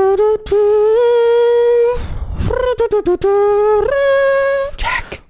Jack.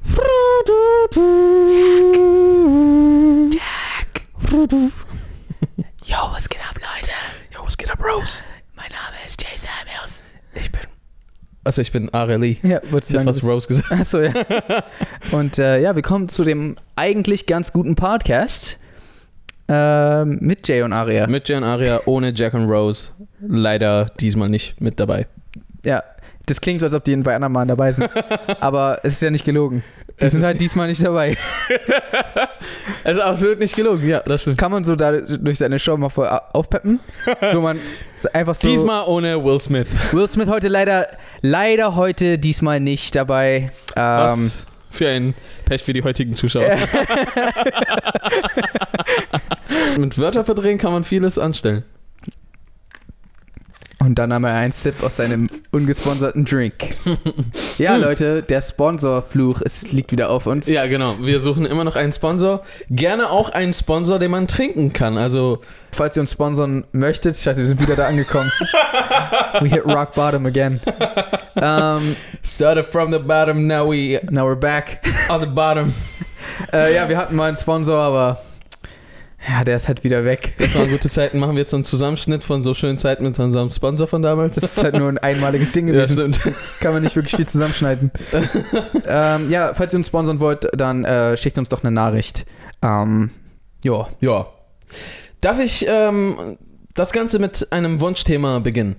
Yo, was geht ab, Leute? Yo, was geht ab, Rose? Mein Name ist Jay Samuels. Ich bin Areli. Ja, wolltest du sagen, was Rose gesagt. Achso, ja. Und ja, wir kommen zu dem eigentlich ganz guten Podcast mit Jay und Aria. Mit Jay und Aria, ohne Jack und Rose. Leider diesmal nicht mit dabei. Ja, das klingt so, als ob die bei anderen Malen dabei sind. Aber es ist ja nicht gelogen. Die sind halt diesmal nicht dabei. Es ist absolut nicht gelogen, ja, das stimmt. Kann man so da durch seine Show mal voll aufpeppen? So man so einfach so. Diesmal ohne Will Smith. Will Smith heute leider heute diesmal nicht dabei. Was für ein Pech für die heutigen Zuschauer. Mit Wörter verdrehen kann man vieles anstellen. Und dann nahm er einen Sip aus seinem ungesponserten Drink. Ja, Leute, der Sponsorfluch, es liegt wieder auf uns. Ja, genau. Wir suchen immer noch einen Sponsor. Gerne auch einen Sponsor, den man trinken kann. Also, falls ihr uns sponsern möchtet, scheiße, wir sind wieder da angekommen. We hit rock bottom again. Started from the bottom, now we're back. On the bottom. Ja, wir hatten mal einen Sponsor, aber ja, der ist halt wieder weg. Das waren gute Zeiten. Machen wir jetzt so einen Zusammenschnitt von so schönen Zeiten mit unserem Sponsor von damals. Das ist halt nur ein einmaliges Ding gewesen. Ja, stimmt. Kann man nicht wirklich viel zusammenschneiden. Ja, falls ihr uns sponsern wollt, dann schickt uns doch eine Nachricht. Ja. Darf ich das Ganze mit einem Wunschthema beginnen?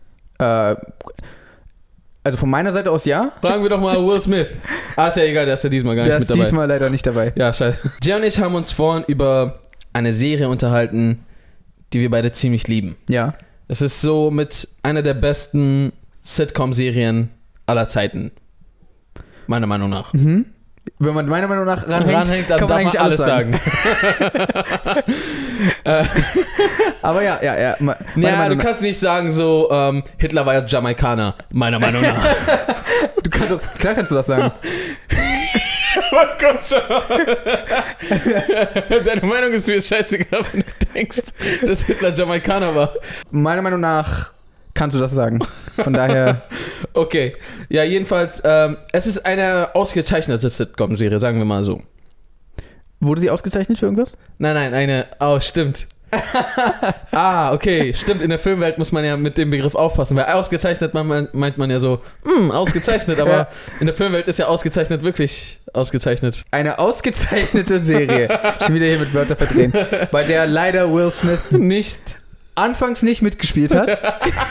Also von meiner Seite aus ja. Fragen wir doch mal Will Smith. Ist ja egal, der ist ja diesmal gar nicht mit dabei. Der ist diesmal leider nicht dabei. Ja, scheiße. Jay und ich haben uns vorhin über eine Serie unterhalten, die wir beide ziemlich lieben. Ja. Es ist so mit einer der besten Sitcom-Serien aller Zeiten. Meiner Meinung nach. Mhm. Wenn man meiner Meinung nach ranhängt, dann kann man eigentlich alles sagen. Aber ja. Ja, du kannst nicht sagen so, Hitler war ja Jamaikaner, meiner Meinung nach. Klar kannst du das sagen. Deine Meinung ist mir scheißegal, wenn du denkst, dass Hitler Jamaikaner war. Meiner Meinung nach kannst du das sagen. Von daher. Okay. Ja, jedenfalls, es ist eine ausgezeichnete Sitcom-Serie, sagen wir mal so. Wurde sie ausgezeichnet für irgendwas? Nein, stimmt. Okay, stimmt. In der Filmwelt muss man ja mit dem Begriff aufpassen, weil ausgezeichnet meint man ja so, ausgezeichnet, aber ja. In der Filmwelt ist ja ausgezeichnet wirklich ausgezeichnet. Eine ausgezeichnete Serie. Schon wieder hier mit Wörter verdrehen. Bei der leider Will Smith anfangs nicht mitgespielt hat.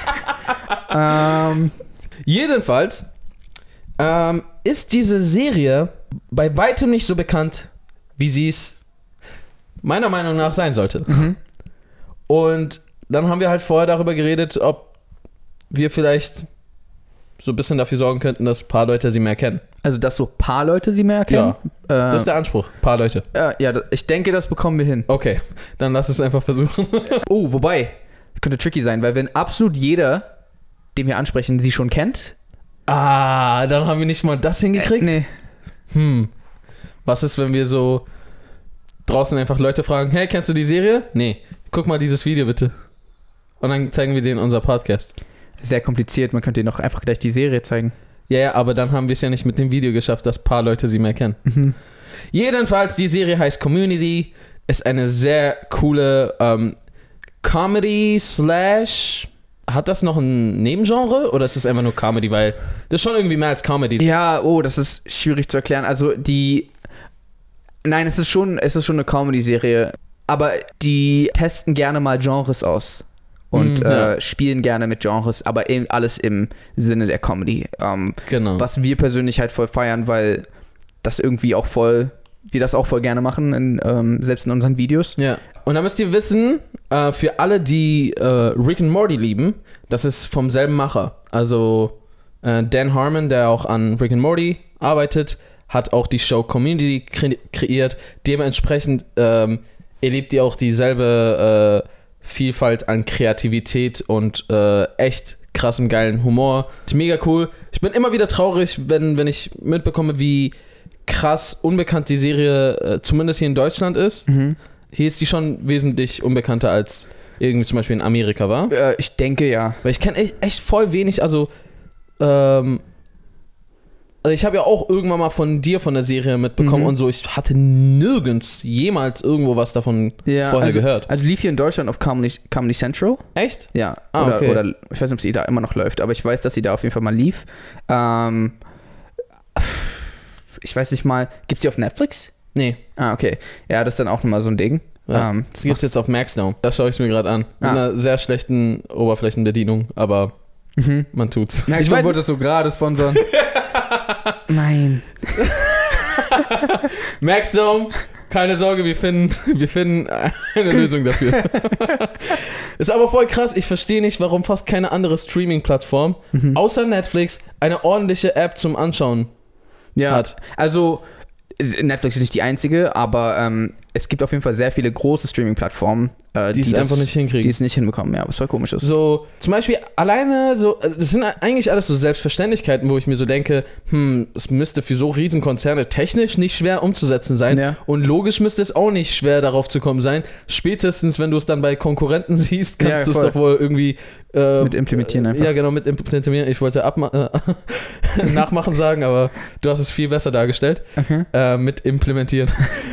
Jedenfalls ist diese Serie bei weitem nicht so bekannt, wie sie es meiner Meinung nach sein sollte. Mhm. Und dann haben wir halt vorher darüber geredet, ob wir vielleicht so ein bisschen dafür sorgen könnten, dass ein paar Leute sie mehr kennen. Also, dass so ein paar Leute sie mehr kennen? Ja, das ist der Anspruch. Ein paar Leute. Ja, ich denke, das bekommen wir hin. Okay, dann lass es einfach versuchen. Wobei, es könnte tricky sein, weil wenn absolut jeder, den wir ansprechen, sie schon kennt. Dann haben wir nicht mal das hingekriegt? Nee. Was ist, wenn wir so draußen einfach Leute fragen, hey, kennst du die Serie? Nee. Guck mal dieses Video bitte. Und dann zeigen wir denen unser Podcast. Sehr kompliziert, man könnte ihnen auch einfach gleich die Serie zeigen. Ja, aber dann haben wir es ja nicht mit dem Video geschafft, dass ein paar Leute sie mehr kennen. Mhm. Jedenfalls, die Serie heißt Community, ist eine sehr coole Comedy / hat das noch ein Nebengenre oder ist es einfach nur Comedy, weil das ist schon irgendwie mehr als Comedy. Ja, das ist schwierig zu erklären. Also nein, es ist schon eine Comedy-Serie, aber die testen gerne mal Genres aus und spielen gerne mit Genres, aber alles im Sinne der Comedy. Genau. Was wir persönlich halt voll feiern, weil das irgendwie auch wir das auch voll gerne machen, selbst in unseren Videos. Ja. Und da müsst ihr wissen, für alle, die Rick and Morty lieben, das ist vom selben Macher. Also Dan Harmon, der auch an Rick and Morty arbeitet, hat auch die Show Community kreiert. Dementsprechend erlebt ihr auch dieselbe Vielfalt an Kreativität und echt krassem, geilen Humor. Ist mega cool. Ich bin immer wieder traurig, wenn ich mitbekomme, wie krass unbekannt die Serie zumindest hier in Deutschland ist. Mhm. Hier ist die schon wesentlich unbekannter als irgendwie zum Beispiel in Amerika war? Ich denke, ja. Weil ich kenne echt voll wenig, also ich habe ja auch irgendwann mal von dir von der Serie mitbekommen und so, ich hatte nirgends jemals irgendwo was davon vorher gehört. Also lief hier in Deutschland auf Comedy Central. Echt? Ja. Okay. Oder ich weiß nicht, ob sie da immer noch läuft, aber ich weiß, dass sie da auf jeden Fall mal lief. Ich weiß nicht mal, gibt's die auf Netflix? Nee. Okay. Ja, das ist dann auch nochmal so ein Ding. Ja, das gibt's jetzt auf Max now. Da schaue ich es mir gerade an. Mit einer sehr schlechten Oberflächenbedienung, aber man tut's. Ich wollte das so gerade sponsern. Nein. Maxdome, keine Sorge, wir finden eine Lösung dafür. Ist aber voll krass, ich verstehe nicht, warum fast keine andere Streaming-Plattform, außer Netflix, eine ordentliche App zum Anschauen hat. Also Netflix ist nicht die einzige, aber es gibt auf jeden Fall sehr viele große Streaming-Plattformen, die es einfach nicht hinkriegen. Die es nicht hinbekommen, ja, was voll komisch ist. So, zum Beispiel alleine so, das sind eigentlich alles so Selbstverständlichkeiten, wo ich mir so denke, es müsste für so Riesenkonzerne technisch nicht schwer umzusetzen sein. Ja. Und logisch müsste es auch nicht schwer darauf zu kommen sein. Spätestens, wenn du es dann bei Konkurrenten siehst, kannst du es doch wohl irgendwie mit implementieren einfach. Ja, genau, mit implementieren. Ich wollte nachmachen sagen, aber du hast es viel besser dargestellt. Okay. Mit implementieren.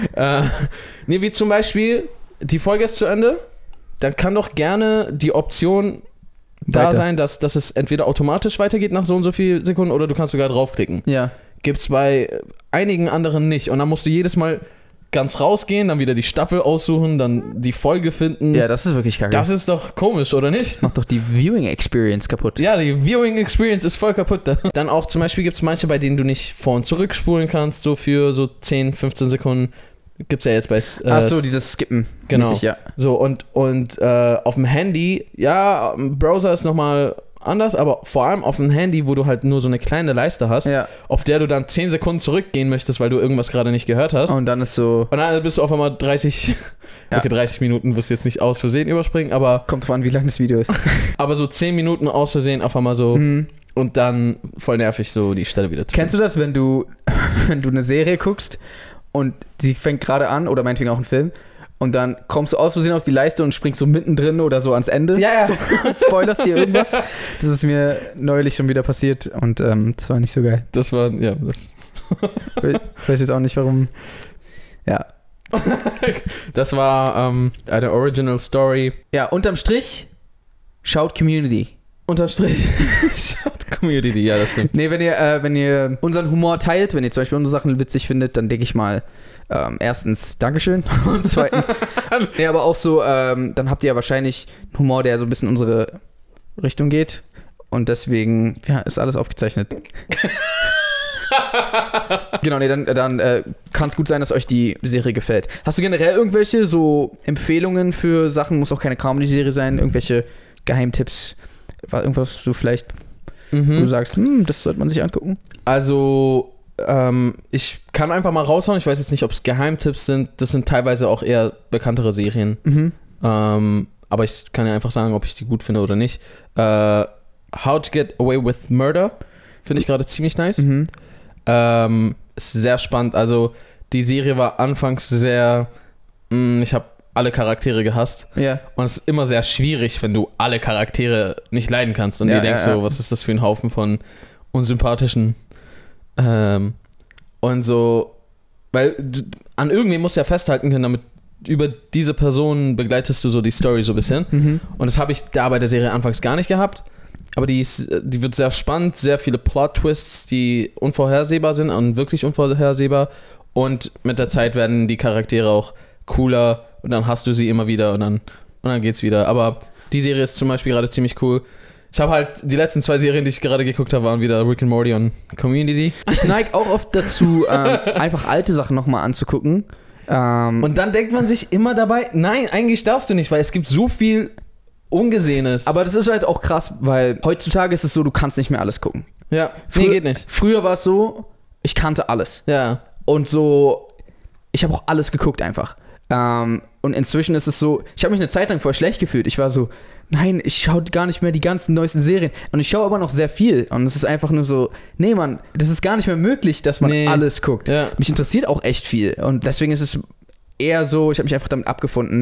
Nee, wie zum Beispiel, die Folge ist zu Ende, dann kann doch gerne die Option da sein, dass es entweder automatisch weitergeht nach so und so viel Sekunden oder du kannst sogar draufklicken. Ja. Gibt's bei einigen anderen nicht. Und dann musst du jedes Mal ganz rausgehen, dann wieder die Staffel aussuchen, dann die Folge finden. Ja, das ist wirklich kacke. Das ist doch komisch, oder nicht? Macht doch die Viewing Experience kaputt. Ja, die Viewing Experience ist voll kaputt. Dann auch zum Beispiel gibt es manche, bei denen du nicht vor- und zurückspulen kannst, so für so 10, 15 Sekunden. Gibt's ja jetzt bei Achso, dieses Skippen. Genau. Mäßig, ja. So, und auf dem Handy, ja, Browser ist nochmal anders, aber vor allem auf dem Handy, wo du halt nur so eine kleine Leiste hast, auf der du dann 10 Sekunden zurückgehen möchtest, weil du irgendwas gerade nicht gehört hast. Und dann ist so... Und dann bist du auf einmal 30... Ja. Okay, 30 Minuten wirst du jetzt nicht aus Versehen überspringen, aber... Kommt drauf an, wie lang das Video ist. Aber so 10 Minuten aus Versehen auf einmal so... Und dann voll nervig so die Stelle wieder zu Kennst du das, wenn du eine Serie guckst und sie fängt gerade an, oder meinetwegen auch ein Film, und dann kommst du aus Versehen auf die Leiste und springst so mittendrin oder so ans Ende? Ja. Spoilerst dir irgendwas? Das ist mir neulich schon wieder passiert und das war nicht so geil. Das war, ja, das... Ich weiß jetzt auch nicht, warum... Ja. Das war eine Original Story. Ja, unterm Strich, schaut Community. Unterm Strich, schaut Community, ja, das stimmt. Nee, wenn ihr unseren Humor teilt, wenn ihr zum Beispiel unsere Sachen witzig findet, dann denke ich mal, erstens, Dankeschön und zweitens, nee, aber auch so, dann habt ihr ja wahrscheinlich einen Humor, der so ein bisschen in unsere Richtung geht und deswegen, ja, ist alles aufgezeichnet. Genau, nee, dann kann es gut sein, dass euch die Serie gefällt. Hast du generell irgendwelche so Empfehlungen für Sachen, muss auch keine Comedy-Serie sein, irgendwelche Geheimtipps, irgendwas du vielleicht, wo du sagst, das sollte man sich angucken? Also, ich kann einfach mal raushauen, ich weiß jetzt nicht, ob es Geheimtipps sind, das sind teilweise auch eher bekanntere Serien. Aber ich kann ja einfach sagen, ob ich die gut finde oder nicht. How to Get Away with Murder finde ich gerade ziemlich nice. Ist sehr spannend, also die Serie war anfangs sehr, ich habe alle Charaktere gehasst. Ja. Und es ist immer sehr schwierig, wenn du alle Charaktere nicht leiden kannst und dir denkst so, was ist das für ein Haufen von unsympathischen und so, weil an irgendwen musst du ja festhalten können, damit über diese Person begleitest du so die Story so ein bisschen. Und das habe ich da bei der Serie anfangs gar nicht gehabt. Aber die wird sehr spannend, sehr viele Plot-Twists, die unvorhersehbar sind und wirklich unvorhersehbar. Und mit der Zeit werden die Charaktere auch cooler und dann hast du sie immer wieder und dann geht's wieder. Aber die Serie ist zum Beispiel gerade ziemlich cool. Ich habe halt, die letzten 2 Serien, die ich gerade geguckt habe, waren wieder Rick and Morty und Community. Ich neige auch oft dazu, einfach alte Sachen nochmal anzugucken. Und dann denkt man sich immer dabei, nein, eigentlich darfst du nicht, weil es gibt so viel Ungesehenes. Aber das ist halt auch krass, weil heutzutage ist es so, du kannst nicht mehr alles gucken. Ja, nee, geht nicht. Früher war es so, ich kannte alles. Ja. Und so, ich habe auch alles geguckt einfach. Und inzwischen ist es so, ich habe mich eine Zeit lang voll schlecht gefühlt. Ich war so, nein, ich schaue gar nicht mehr die ganzen neuesten Serien. Und ich schaue aber noch sehr viel. Und es ist einfach nur so, nee, Mann, das ist gar nicht mehr möglich, dass man alles guckt. Ja. Mich interessiert auch echt viel. Und deswegen ist es eher so, ich habe mich einfach damit abgefunden,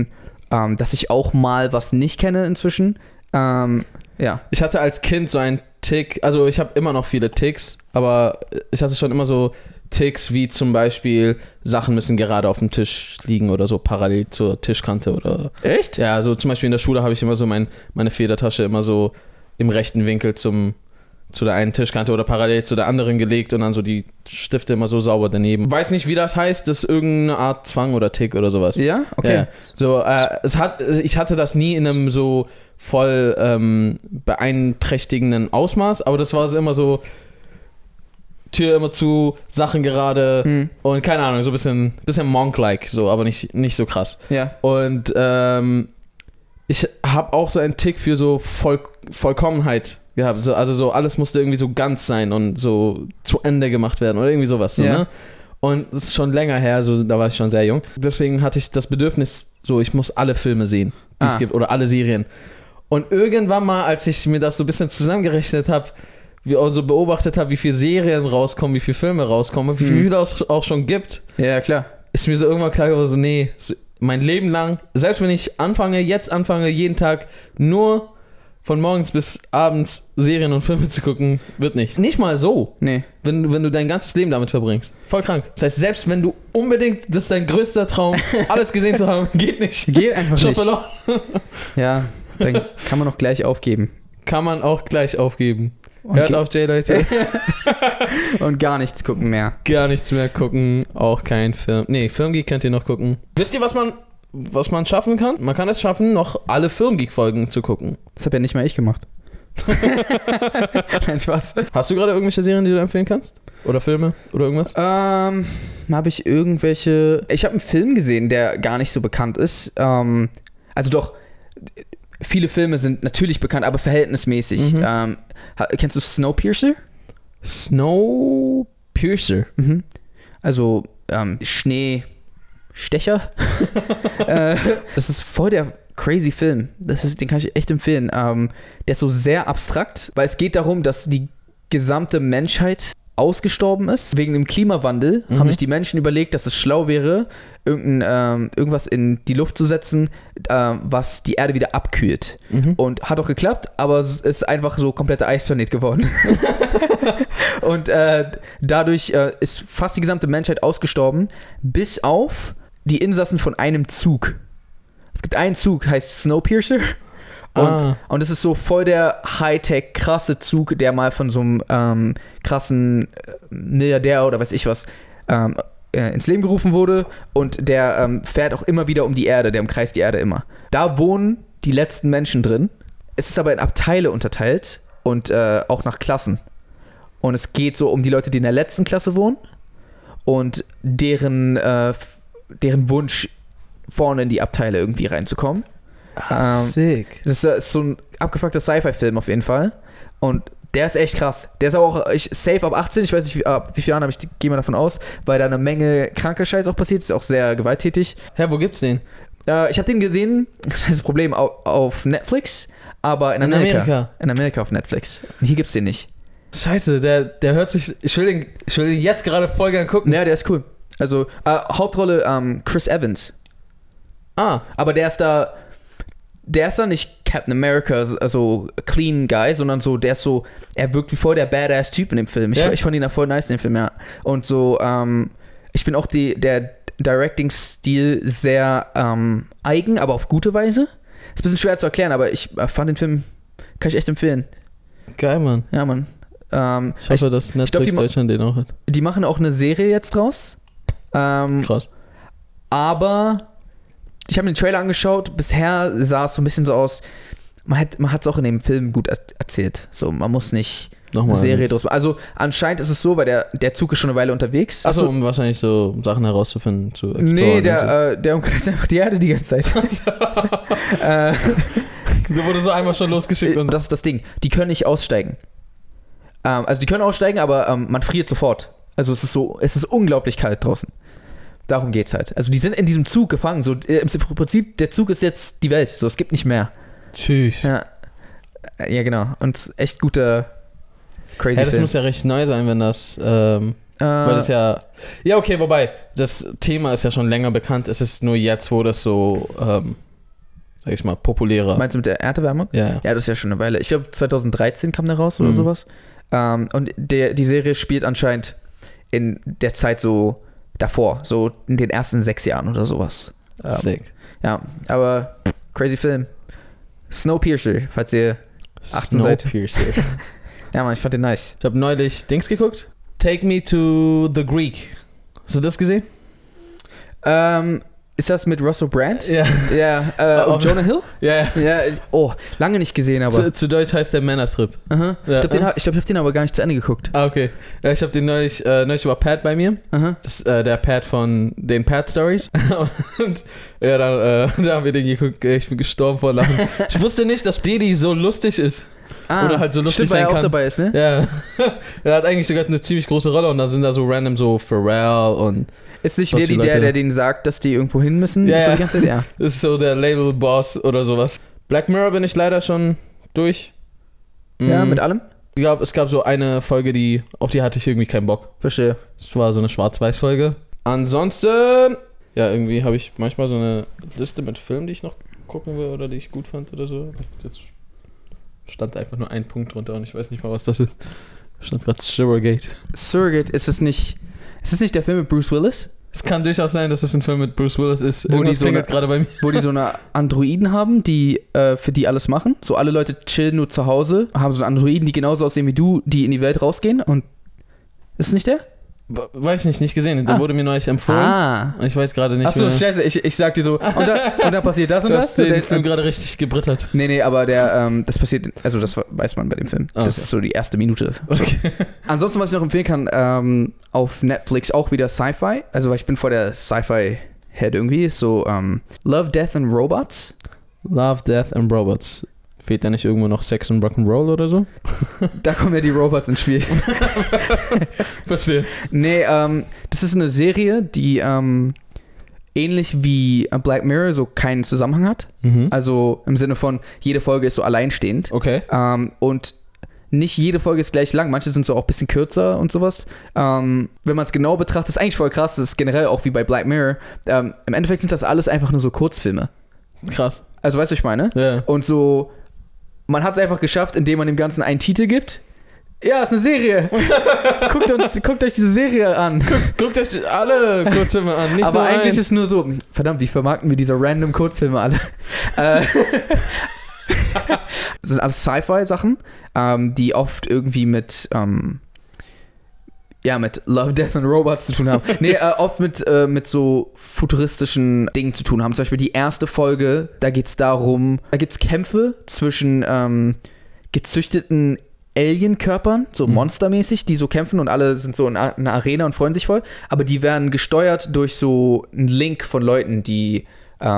dass ich auch mal was nicht kenne inzwischen. Ja. Ich hatte als Kind so einen Tick, also ich habe immer noch viele Ticks, aber ich hatte schon immer so Ticks wie zum Beispiel, Sachen müssen gerade auf dem Tisch liegen oder so parallel zur Tischkante oder... Echt? Ja, so zum Beispiel in der Schule habe ich immer so meine Federtasche immer so im rechten Winkel zu der einen Tischkante oder parallel zu der anderen gelegt und dann so die Stifte immer so sauber daneben. Weiß nicht, wie das heißt, das ist irgendeine Art Zwang oder Tick oder sowas. Ja? Okay. Ja. So, ich hatte das nie in einem so voll beeinträchtigenden Ausmaß, aber das war immer so Tür immer zu, Sachen gerade und keine Ahnung, so ein bisschen Monk-like, so, aber nicht so krass. Ja. Und ich habe auch so einen Tick für so Vollkommenheit gehabt. So, also so alles musste irgendwie so ganz sein und so zu Ende gemacht werden oder irgendwie sowas. So, Ja. ne? Und das ist schon länger her, so, da war ich schon sehr jung. Deswegen hatte ich das Bedürfnis, so ich muss alle Filme sehen, die es gibt oder alle Serien. Und irgendwann mal, als ich mir das so ein bisschen zusammengerechnet habe, so beobachtet habe, wie viele Serien rauskommen, wie viele Filme rauskommen, wie viele es auch schon gibt, Ja, klar. ist mir so irgendwann klar geworden, so nee, so mein Leben lang, selbst wenn ich jetzt anfange, jeden Tag nur von morgens bis abends Serien und Filme zu gucken, wird nicht. Nicht mal so, Nee. wenn du dein ganzes Leben damit verbringst. Voll krank. Das heißt, selbst wenn du unbedingt, das ist dein größter Traum, alles gesehen zu haben, geht nicht. Geht einfach Schon nicht. verloren. Ja, dann kann man auch gleich aufgeben. Kann man auch gleich aufgeben. Und Hört auf, Jay, Leute. Und gar nichts gucken mehr. Gar nichts mehr gucken, auch kein Film. Nee, Filmgeek könnt ihr noch gucken. Wisst ihr, was man schaffen kann? Man kann es schaffen, noch alle Filmgeek-Folgen zu gucken. Das habe ja nicht mal ich gemacht. Nein, Spaß. Hast du gerade irgendwelche Serien, die du empfehlen kannst? Oder Filme? Oder irgendwas? Habe ich irgendwelche... Ich habe einen Film gesehen, der gar nicht so bekannt ist. Also doch, viele Filme sind natürlich bekannt, aber verhältnismäßig. Kennst du Snowpiercer? Snowpiercer? Also Schneestecher. Das ist voll der crazy Film. Den kann ich echt empfehlen. Der ist so sehr abstrakt, weil es geht darum, dass die gesamte Menschheit ausgestorben ist. Wegen dem Klimawandel haben sich die Menschen überlegt, dass es schlau wäre, irgendwas in die Luft zu setzen, was die Erde wieder abkühlt. Und hat auch geklappt, aber es ist einfach so kompletter Eisplanet geworden. Und dadurch ist fast die gesamte Menschheit ausgestorben, bis auf die Insassen von einem Zug. Es gibt einen Zug, heißt Snowpiercer. Und es ist so voll der Hightech, krasse Zug, der mal von so einem krassen Milliardär oder weiß ich was ins Leben gerufen wurde. Und der fährt auch immer wieder um die Erde, der umkreist die Erde immer. Da wohnen die letzten Menschen drin. Es ist aber in Abteile unterteilt und auch nach Klassen. Und es geht so um die Leute, die in der letzten Klasse wohnen und deren Wunsch, vorne in die Abteile irgendwie reinzukommen. Sick. Das ist so ein abgefuckter Sci-Fi-Film auf jeden Fall. Und der ist echt krass. Der ist auch safe ab 18. Ich weiß nicht, wie viele Jahren, aber ich gehe mal davon aus, weil da eine Menge kranker Scheiß auch passiert. Ist auch sehr gewalttätig. Hä, wo gibt's den? Ich habe den gesehen, das ist das Problem, auf Netflix, aber in Amerika. In Amerika auf Netflix. Und hier gibt's den nicht. Scheiße, der hört sich... Ich will den jetzt gerade voll gern gucken. Ja, der ist cool. Also, Hauptrolle Chris Evans. Aber der ist da nicht Captain America, also clean Guy, sondern so, er wirkt wie voll der Badass Typ in dem Film. Ich fand ihn da voll nice in dem Film, ja. Und so, ich finde auch der Directing-Stil sehr eigen, aber auf gute Weise. Ist ein bisschen schwer zu erklären, aber ich fand den Film, kann ich echt empfehlen. Geil, Mann. Ja, Mann. Ich hoffe, dass Netflix Deutschland den auch hat. Die machen auch eine Serie jetzt draus. Krass. Aber ich habe mir den Trailer angeschaut. Bisher sah es so ein bisschen so aus. Man hat es auch in dem Film gut erzählt. So, man muss nicht Nochmal eine Serie draus machen. Also anscheinend ist es so, weil der Zug ist schon eine Weile unterwegs. Achso, um wahrscheinlich so Sachen herauszufinden, zu exploren. Nee, der umkreist einfach die Erde die ganze Zeit. Da wurde so einmal schon losgeschickt. Und das ist das Ding. Die können nicht aussteigen. Also die können aussteigen, aber man friert sofort. Also es ist unglaublich kalt draußen. Darum geht's halt. Also die sind in diesem Zug gefangen. So, im Prinzip, der Zug ist jetzt die Welt. So, es gibt nicht mehr. Tschüss. Ja, genau. Und es ist echt guter, crazy das Film. muss ja recht neu sein, wenn das... weil das ja... Ja, okay, wobei, das Thema ist ja schon länger bekannt. Es ist nur jetzt, wo das so sag ich mal, populärer. Meinst du mit der Erderwärmung? Ja. Ja, das ist ja schon eine Weile. Ich glaube, 2013 kam der raus oder sowas. Und die Serie spielt anscheinend in der Zeit so davor, so in den ersten 6 Jahren oder sowas. Sick. Ja, aber crazy Film. Snowpiercer, falls ihr 18 seid. Snowpiercer. Ja, Mann, ich fand den nice. Ich habe neulich Dings geguckt. Take Me to the Greek. Hast du das gesehen? Ist das mit Russell Brand? Ja. Ja, und Jonah Hill? Ja. Ja, oh, lange nicht gesehen, aber. Zu Deutsch heißt der Männerstrip. Aha. Ja. Ich glaube, ich habe den aber gar nicht zu Ende geguckt. Ah, okay. Ja, ich habe den neulich über Pat bei mir. Aha. Das ist der Pat von den Pat Stories. Und ja, da haben wir den geguckt. Ich bin gestorben vor Lachen. Ich wusste nicht, dass Didi so lustig ist. Oder halt so lustig stimmt, weil sein er auch kann. Dabei ist, ne? Ja. Er hat eigentlich sogar eine ziemlich große Rolle und da sind da so random so Pharrell und. Ist nicht Was der, die Leute- der denen sagt, dass die irgendwo hin müssen? Ja, So ja. die ganze Zeit? Ja. Das ist so der Label-Boss oder sowas. Black Mirror bin ich leider schon durch. Ja, mit allem? Ich glaube, es gab so eine Folge, auf die hatte ich irgendwie keinen Bock. Verstehe. Es war so eine Schwarz-Weiß-Folge. Ansonsten, ja, irgendwie habe ich manchmal so eine Liste mit Filmen, die ich noch gucken will oder die ich gut fand oder so. Jetzt stand einfach nur ein Punkt drunter und ich weiß nicht mal, was das ist. Stand gerade Surrogate. Surrogate, ist es nicht der Film mit Bruce Willis? Es kann durchaus sein, dass es ein Film mit Bruce Willis ist. Wo die Irgendwas so klingelt gerade bei mir. Wo die so eine Androiden haben, die für die alles machen. So alle Leute chillen nur zu Hause, haben so eine Androiden, die genauso aussehen wie du, die in die Welt rausgehen und ist es nicht der? Weiß ich nicht gesehen. Der wurde mir neulich empfohlen. Ah. Ich weiß gerade nicht. Achso, scheiße, ich sag dir so, und dann passiert das und Du das. hast den Film gerade richtig gebrittert. Nee, aber das passiert, also das weiß man bei dem Film. Okay. Das ist so die erste Minute. Okay. Ansonsten, was ich noch empfehlen kann, auf Netflix auch wieder Sci-Fi. Also, weil ich bin vor der Sci-Fi-Head irgendwie. Ist so Love, Death and Robots. Love, Death and Robots. Fehlt da nicht irgendwo noch Sex und Rock'n'Roll oder so? Da kommen ja die Robots ins Spiel. Verstehe. Nee, das ist eine Serie, die ähnlich wie Black Mirror so keinen Zusammenhang hat. Also im Sinne von, jede Folge ist so alleinstehend. Okay. Und nicht jede Folge ist gleich lang. Manche sind so auch ein bisschen kürzer und sowas. Wenn man es genau betrachtet, ist eigentlich voll krass. Das ist generell auch wie bei Black Mirror. Im Endeffekt sind das alles einfach nur so Kurzfilme. Krass. Also weißt du, was ich meine? Ja. Und so, man hat es einfach geschafft, indem man dem Ganzen einen Titel gibt. Ja, ist eine Serie. guckt euch diese Serie an. Guckt euch alle Kurzfilme an, nicht Aber nur eigentlich einen. ist nur so, verdammt, wie vermarkten wir diese random Kurzfilme alle? Das sind alles Sci-Fi-Sachen, die oft irgendwie mit Love, Death and Robots zu tun haben. Nee, oft mit so futuristischen Dingen zu tun haben. Zum Beispiel die erste Folge, da geht's darum, da gibt's Kämpfe zwischen gezüchteten Alien-Körpern, so monstermäßig, die so kämpfen und alle sind so in einer Arena und freuen sich voll. Aber die werden gesteuert durch so einen Link von Leuten, die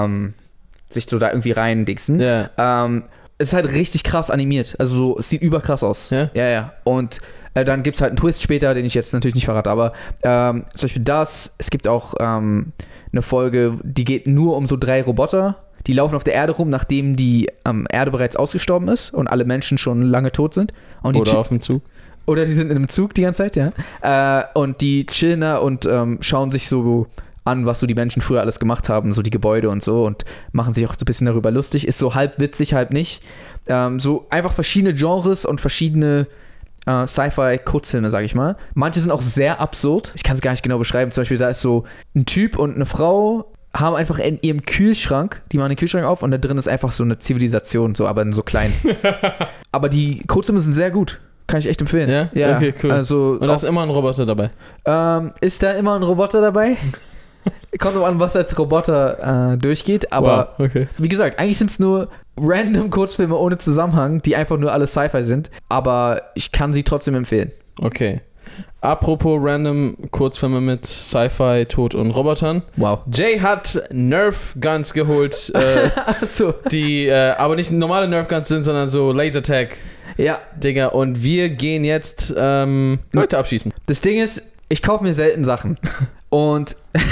sich so da irgendwie reindixen. Ja. Es ist halt richtig krass animiert. Also so, es sieht überkrass aus. Ja? Ja. Und dann gibt es halt einen Twist später, den ich jetzt natürlich nicht verrate, aber zum Beispiel das. Es gibt auch eine Folge, die geht nur um so 3 Roboter. Die laufen auf der Erde rum, nachdem die Erde bereits ausgestorben ist und alle Menschen schon lange tot sind. Und die Oder auf dem Zug. Oder die sind in einem Zug die ganze Zeit, ja. Und die chillen da und schauen sich so an, was so die Menschen früher alles gemacht haben, so die Gebäude und so, und machen sich auch so ein bisschen darüber lustig. Ist so halb witzig, halb nicht. So einfach verschiedene Genres und verschiedene Sci-Fi-Kurzfilme, sag ich mal. Manche sind auch sehr absurd. Ich kann es gar nicht genau beschreiben. Zum Beispiel, da ist so ein Typ und eine Frau, haben einfach in ihrem Kühlschrank, die machen den Kühlschrank auf und da drin ist einfach so eine Zivilisation, so, aber so klein. Aber die Kurzfilme sind sehr gut. Kann ich echt empfehlen. Ja? Ja. Okay, cool. Also, Und da ist immer ein Roboter dabei. ist da immer ein Roboter dabei? Kommt drauf an, was als Roboter durchgeht, aber wow, okay. wie gesagt, eigentlich sind es nur random Kurzfilme ohne Zusammenhang, die einfach nur alle Sci-Fi sind, aber ich kann sie trotzdem empfehlen. Okay. Apropos random Kurzfilme mit Sci-Fi, Tod und Robotern. Wow. Jay hat Nerf Guns geholt, Achso. die aber nicht normale Nerf Guns sind, sondern so Lasertag Ja, Dinger. Und wir gehen jetzt Leute abschießen. das Ding ist, ich kaufe mir selten Sachen und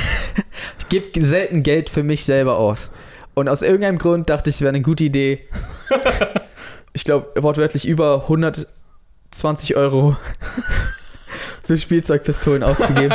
ich gebe selten Geld für mich selber aus. Und aus irgendeinem Grund dachte ich, es wäre eine gute Idee. Ich glaube, wortwörtlich über 120 € für Spielzeugpistolen auszugeben.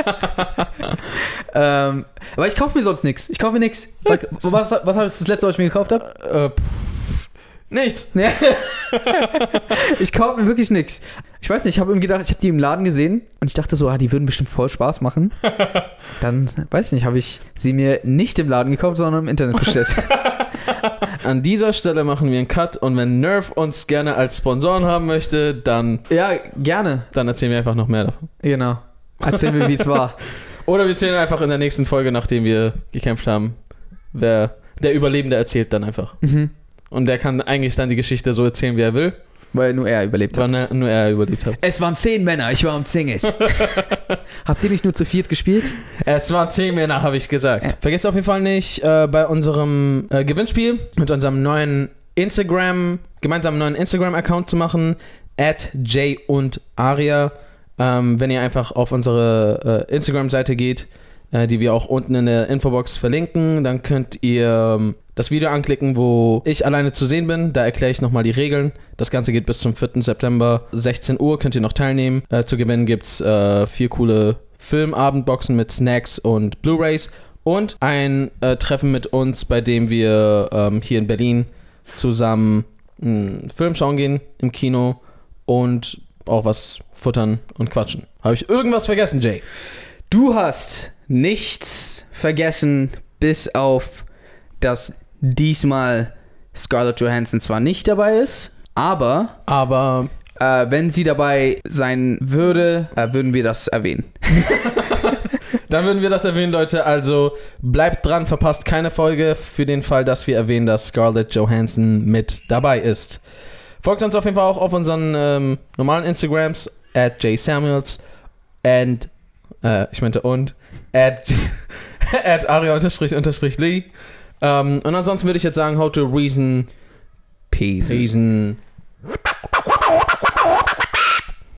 Aber ich kaufe mir sonst nichts. Ich kaufe mir nichts. Was habe ich das letzte, was ich mir gekauft habe? Nichts. Ich kaufe mir wirklich nichts. Ich weiß nicht, ich habe irgendwie gedacht, ich habe die im Laden gesehen und ich dachte so, die würden bestimmt voll Spaß machen. Dann, weiß ich nicht, habe ich sie mir nicht im Laden gekauft, sondern im Internet bestellt. An dieser Stelle machen wir einen Cut und wenn Nerf uns gerne als Sponsoren haben möchte, dann... Ja, gerne. Dann erzählen wir einfach noch mehr davon. Genau. Erzählen wir, wie es war. Oder wir erzählen einfach in der nächsten Folge, nachdem wir gekämpft haben, der Überlebende erzählt dann einfach. Mhm. Und der kann eigentlich dann die Geschichte so erzählen, wie er will. Weil nur er überlebt hat. Weil nur er überlebt hat. Es waren 10 Männer, ich war Zingis. Habt ihr nicht nur zu viert gespielt? Es waren 10 Männer, habe ich gesagt. Ja. Vergesst auf jeden Fall nicht, bei unserem Gewinnspiel mit unserem gemeinsamen neuen Instagram-Account zu machen, @Jay&Aria. Wenn ihr einfach auf unsere Instagram-Seite geht, die wir auch unten in der Infobox verlinken, dann könnt ihr das Video anklicken, wo ich alleine zu sehen bin. Da erkläre ich nochmal die Regeln. Das Ganze geht bis zum 4. September. 16 Uhr könnt ihr noch teilnehmen. Zu gewinnen gibt es 4 coole Filmabendboxen mit Snacks und Blu-Rays und ein Treffen mit uns, bei dem wir hier in Berlin zusammen einen Film schauen gehen im Kino und auch was futtern und quatschen. Habe ich irgendwas vergessen, Jay? Du hast nichts vergessen, bis auf, dass diesmal Scarlett Johansson zwar nicht dabei ist, aber wenn sie dabei sein würde, würden wir das erwähnen. Dann würden wir das erwähnen, Leute. Also bleibt dran, verpasst keine Folge für den Fall, dass wir erwähnen, dass Scarlett Johansson mit dabei ist. Folgt uns auf jeden Fall auch auf unseren normalen Instagrams @jsamuels and @aria__lee. Und ansonsten würde ich jetzt sagen, how to reason. Peace.